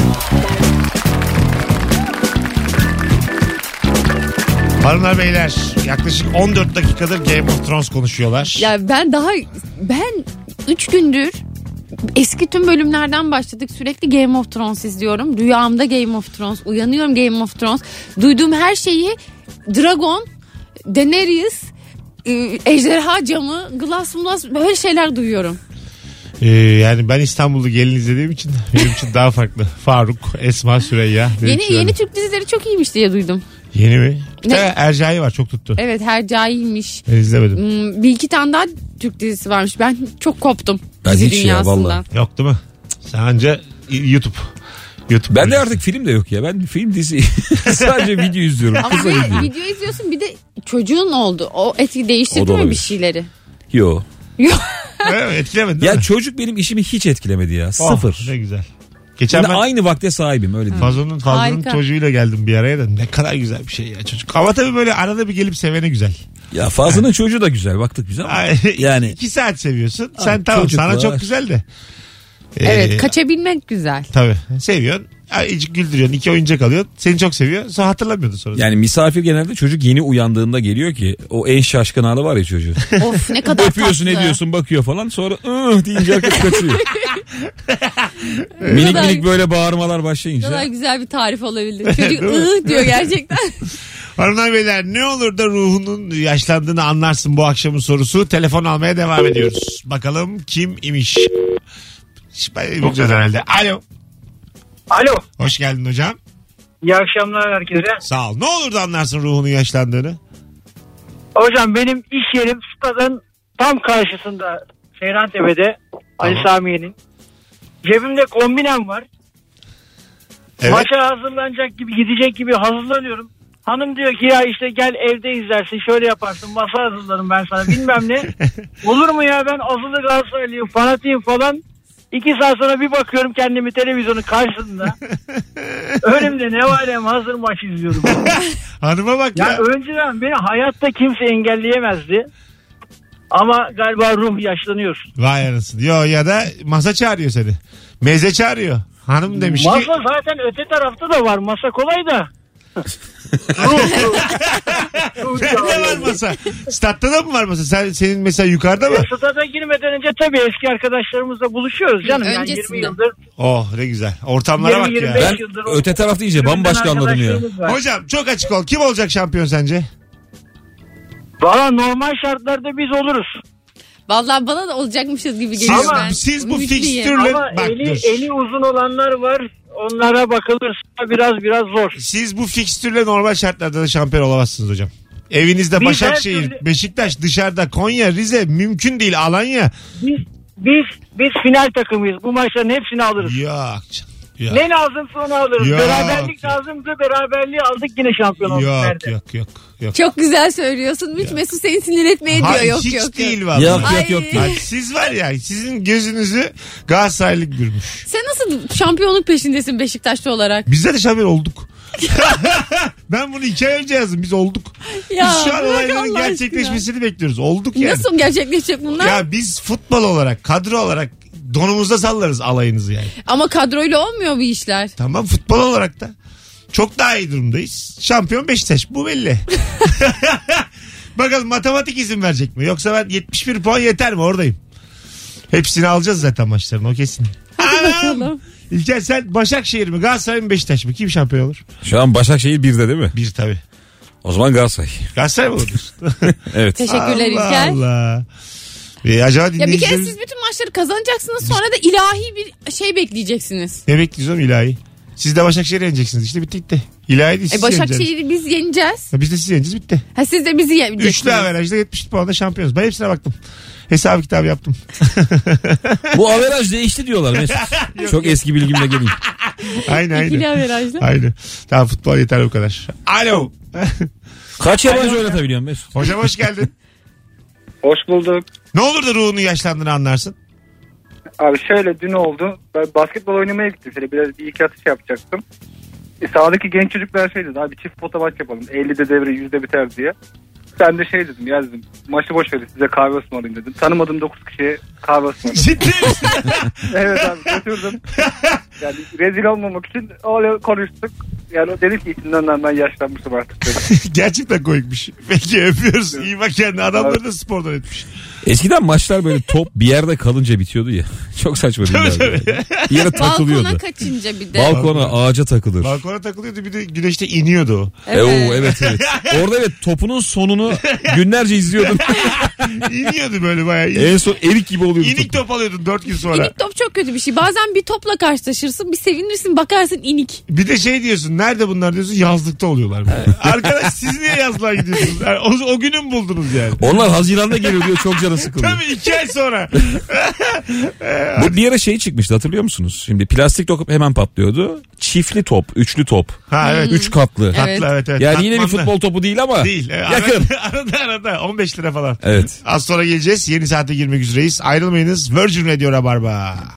Hanımlar beyler yaklaşık on dört dakikadır Game of Thrones konuşuyorlar. Ya ben daha ben üç gündür eski tüm bölümlerden başladık. Sürekli Game of Thrones izliyorum. Rüyamda Game of Thrones. Uyanıyorum Game of Thrones. Duyduğum her şeyi Dragon, Daenerys, e, Ejderha Camı, Glass Glass böyle şeyler duyuyorum. Ee, yani ben İstanbul'da gelin izlediğim için benim için daha farklı. Faruk, Esma, Süreyya. Benim Yeni için yeni öyle. Türk dizileri çok iyiymiş diye duydum. Yeni mi? Bir Ne? tane Ercai var çok tuttu. Evet, Hercai'ymiş. Ben izlemedim. Hmm, Bir iki tane daha Türk dizisi varmış. Ben çok koptum Ben dizi hiç ya, dünyasından. vallahi. Yok değil mi? Sen anca YouTube. YouTube. Ben de artık film de yok ya. Ben film dizi sadece video izliyorum. Ama Kısa bir video. video izliyorsun, bir de çocuğun oldu. O etki değiştirdi O da mi bir olabilir. şeyleri? Yo. Yok. Evet, etkilemedi değil Ya mi? çocuk benim işimi hiç etkilemedi ya. Oh, Sıfır. ne güzel. Geçen Şimdi ben aynı vakte sahibim öyle değil. Fazlının Fazlının Harika. çocuğuyla geldim bir araya da ne kadar güzel bir şey ya çocuk. Ama tabii böyle arada bir gelip sevene güzel. Ya Fazlı'nın çocuğu da güzel. Baktık güzel ama. Ay, Yani iki saat seviyorsun. Sen Ay, tamam çocuk sana var. çok güzel de. Ee, Evet, kaçabilmek güzel. Tabii seviyorsun. Azıcık güldürüyorsun. iki oyuncak alıyorsun. Seni çok seviyor. Sonra hatırlamıyordu sonra. yani misafir genelde çocuk yeni uyandığında geliyor ki o en şaşkın hali var ya çocuğu. Of, ne kadar Öpüyorsun tatlı. ediyorsun bakıyor falan sonra ıh deyince herkes kaçıyor. minik kadar- minik böyle bağırmalar Ne kadar başlayınca. güzel bir tarif olabilir. Çocuk Değil mi? ıh diyor gerçekten. Hanımlar beyler ne olur da ruhunun yaşlandığını anlarsın bu akşamın sorusu. Telefon almaya devam ediyoruz. Bakalım kim imiş? Şimdi bulacağız herhalde. Alo. Alo. Hoş geldin hocam. İyi akşamlar herkese. Sağ ol. Ne olur da anlarsın ruhunun yaşlandığını? Hocam benim iş yerim stadın tam karşısında Seyrantepe'de Ali Tamam. Samiye'nin. Cebimde kombinem var. Evet. Maça hazırlanacak gibi gidecek gibi hazırlanıyorum. Hanım diyor ki ya işte gel evde izlersin şöyle yaparsın masa hazırlarım ben sana bilmem ne. Olur mu ya ben azılı Galatasaraylıyım fanatiyim falan. İki saat sonra bir bakıyorum kendimi televizyonun karşısında. Önümde ne var ya hazır maç izliyorum. Hanıma bak ya. Ya önceden beni hayatta kimse engelleyemezdi. Ama galiba ruh yaşlanıyor. Vay anasını. Yo ya da masa çağırıyor seni. Meze çağırıyor. Hanım demiş ki. Masa zaten öte tarafta da var. Masa kolay da. ruh, ruh. Ruh Nerede var masa? Statta da mı var masa? Sen, senin mesela yukarıda mı? E, Stada girmeden önce tabii eski arkadaşlarımızla buluşuyoruz canım. Yani Öncesinde. yirmi yıldır. Oh ne güzel. Ortamlara bak yirmi ya. yirmi beş Ben yıldır öte taraf deyince bambaşka anladım ya. arkadaşlarımız var. Hocam çok açık ol. Kim olacak şampiyon sence? Valla normal şartlarda biz oluruz. Vallahi bana da olacakmışız gibi Siz, geliyor. ben. siz bu Ümitliyim. fikstürle Ama bak eli, dur. eli uzun olanlar var. Onlara bakılırsa biraz biraz zor. Siz bu fikstürle normal şartlarda da şampiyon olamazsınız hocam. Evinizde Biz Başakşehir, her türlü- Beşiktaş, dışarıda Konya, Rize mümkün değil. Alanya. Biz biz biz final takımıyız. Bu maçların hepsini alırız. Yok canım. Yok. Ne lazımsa onu alırız. Yok. Beraberlik lazımdı. Beraberliği aldık yine şampiyon olduk. Yok Nerede? yok yok. yok. Çok güzel söylüyorsun. Hiç Mesut seni sinir etmeye diyor. Hayır, Yok hiç yok değil yok. vallahi. Yok Ay. yok yok. Ay, siz var ya sizin gözünüzü Galatasaraylık bürmüş. Sen nasıl şampiyonluk peşindesin Beşiktaşlı olarak? Biz de şampiyon olduk. Ben bunu iki ay önce yazdım. Biz olduk. Ya, Biz şu an bırak olayların Allah gerçekleşmesini bekliyoruz. Olduk yani. Nasıl gerçekleşecek bunlar? Ya biz futbol olarak, kadro olarak donumuzda sallarız alayınızı yani. Ama kadroyla olmuyor bu işler. Tamam futbol olarak da. Çok daha iyi durumdayız. Şampiyon Beşiktaş. Bu belli. Bakalım matematik izin verecek mi? Yoksa ben yetmiş bir puan yeter mi? Oradayım. Hepsini alacağız zaten maçların o kesin. Hadi bakalım. İlker sen Başakşehir mi Galatasaray mı Beşiktaş mı? Kim şampiyon olur? Şu an Başakşehir birde değil mi? Bir tabii. O zaman Galatasaray. Galatasaray mı olur? Evet. Teşekkürler Allah İlker. Allah. Ee, acaba Ya bir kere dinleyicilerimiz siz bütün maçları kazanacaksınız sonra da ilahi bir şey bekleyeceksiniz. ne bekliyoruz oğlum ilahi? Siz de Başakşehir'i yeneceksiniz işte bitti gitti. İlahi değil siz E yeneceksiniz. Başakşehir'i biz yeneceğiz. Ya biz de siz yeneceğiz bitti. Ha siz de bizi yeneceksiniz. Üçlü averajda yetmiş puanla şampiyonuz. Ben hepsine baktım. Hesabı kitabı yaptım. Bu averaj değişti diyorlar Mesut. Çok eski bilgimle geleyim. Aynen İkili aynen. averajla. Aynen. Tamam futbol yeter bu kadar. Alo. Kaç yabancı oynatabiliyorsun Mesut? Hocam hoş geldin. Hoş bulduk. Ne olur da ruhunu yaşlandığını anlarsın. Abi şöyle dün oldu. Ben basketbol oynamaya gittim. Şöyle biraz bir iki atış yapacaktım. E, sahadaki genç çocuklar şey dedi. Abi çift pota maç yapalım. ellide devre yüzde biter diye. Ben de şey dedim ya dedim. Maçı boş verin size kahve ısmarlayayım dedim. Tanımadığım dokuz kişiye kahve ısmarladım. Ciddi misin? Evet abi götürdüm. Yani rezil olmamak için öyle konuştuk. Yani o dedi ki içinden ben yaşlanmışım artık dedi. Gerçekten koymuş. Peki öpüyoruz. İyi bak kendine. Adamları da spordan etmiş. Eskiden maçlar böyle top bir yerde kalınca bitiyordu ya. Çok saçma değil mi? abi? Bir yere takılıyordu. Balkona kaçınca bir de. Balkona ağaca takılır. Balkona takılıyordu bir de güneşte iniyordu o. Evet. E, o, evet evet. Orada evet topunun sonunu günlerce izliyordum. İniyordu böyle bayağı. En son erik gibi oluyordu. İnik top alıyordun dört gün sonra. İnik top çok kötü bir şey. Bazen bir topla karşılaşırsın bir sevinirsin bakarsın inik. Bir de şey diyorsun nerede bunlar diyorsun yazlıkta oluyorlar. Böyle. Arkadaş siz niye yazlığa gidiyorsunuz? Yani o, o günü mü buldunuz yani? Onlar Haziran'da geliyor diyor çok canı sıkılıyor. Tabii iki ay sonra. Bu bir ara şey çıkmıştı hatırlıyor musunuz? Şimdi plastik top hemen patlıyordu. Çiftli top, üçlü top. Ha evet. Üç katlı. Evet. Katlı, evet, evet. Yani yine bir Katmanlı. futbol topu değil ama Değil. Evet, yakın. Arada, arada arada on beş lira falan. Evet. Az sonra geleceğiz. Yeni saate girmek üzereyiz. Ayrılmayınız. Virgin Radio Rabarba.